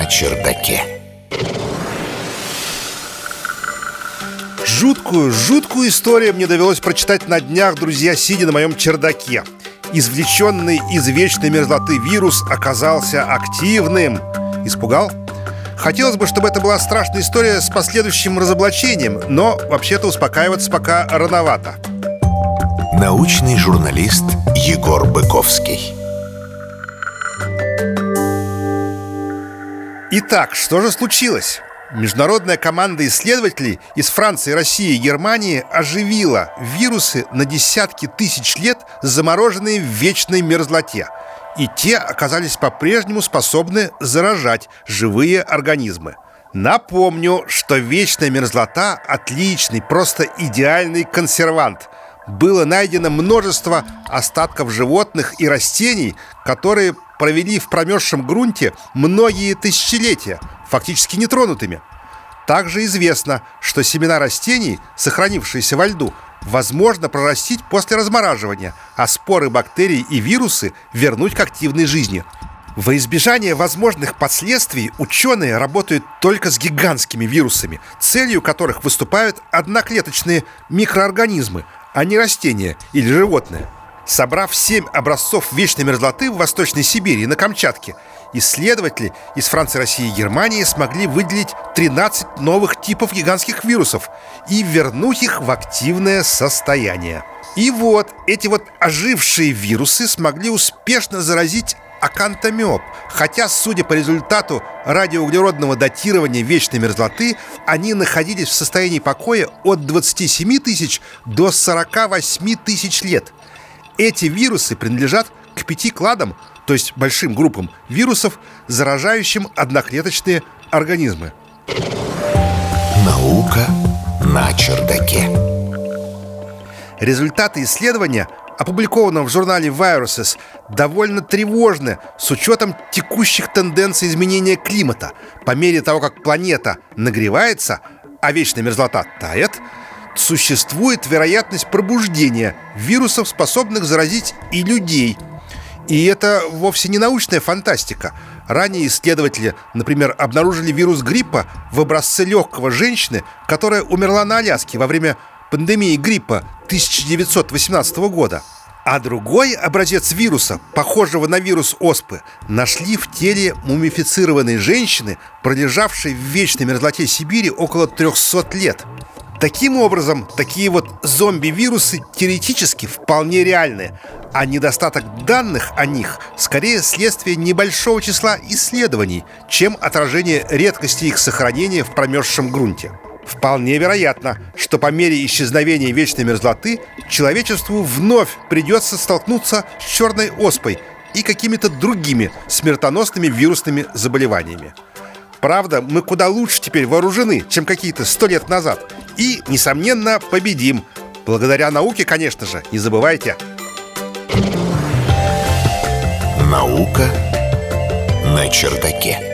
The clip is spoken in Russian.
чердаке. Жуткую историю мне довелось прочитать на днях, друзья, сидя на моем чердаке. Извлеченный из вечной мерзлоты вирус оказался активным. Испугал? Хотелось бы, чтобы это была страшная история с последующим разоблачением, но вообще-то успокаиваться пока рановато. Научный журналист Егор Быковский. Итак, что же случилось? Международная команда исследователей из Франции, России и Германии оживила вирусы на десятки тысяч лет, замороженные в вечной мерзлоте. И те оказались по-прежнему способны заражать живые организмы. Напомню, что вечная мерзлота – отличный, просто идеальный консервант. Было найдено множество остатков животных и растений, которые провели в промерзшем грунте многие тысячелетия, фактически нетронутыми. Также известно, что семена растений, сохранившиеся во льду, возможно прорастить после размораживания, а споры бактерий и вирусы вернуть к активной жизни. Во избежание возможных последствий ученые работают только с гигантскими вирусами, целью которых выступают одноклеточные микроорганизмы, а не растения или животные. Собрав 7 образцов вечной мерзлоты в Восточной Сибири и на Камчатке, исследователи из Франции, России и Германии смогли выделить 13 новых типов гигантских вирусов и вернуть их в активное состояние. И вот эти ожившие вирусы смогли успешно заразить акантомеб, хотя, судя по результату радиоуглеродного датирования вечной мерзлоты, они находились в состоянии покоя от 27 тысяч до 48 тысяч лет. Эти вирусы принадлежат к 5 кладам, то есть большим группам вирусов, заражающим одноклеточные организмы. Наука на чердаке. Результаты исследования, опубликованного в журнале Viruses, довольно тревожны с учетом текущих тенденций изменения климата. По мере того, как планета нагревается, а вечная мерзлота тает, существует вероятность пробуждения вирусов, способных заразить и людей. И это вовсе не научная фантастика. Ранее исследователи, например, обнаружили вирус гриппа в образце легкого женщины, которая умерла на Аляске во время пандемии гриппа 1918 года. А другой образец вируса, похожего на вирус оспы, нашли в теле мумифицированной женщины, пролежавшей в вечной мерзлоте Сибири около 300 лет. Таким образом, такие зомби-вирусы теоретически вполне реальны, а недостаток данных о них скорее следствие небольшого числа исследований, чем отражение редкости их сохранения в промерзшем грунте. Вполне вероятно, что по мере исчезновения вечной мерзлоты человечеству вновь придется столкнуться с черной оспой и какими-то другими смертоносными вирусными заболеваниями. Правда, мы куда лучше теперь вооружены, чем какие-то 100 лет назад. И, несомненно, победим. Благодаря науке, конечно же, не забывайте. Наука на чердаке.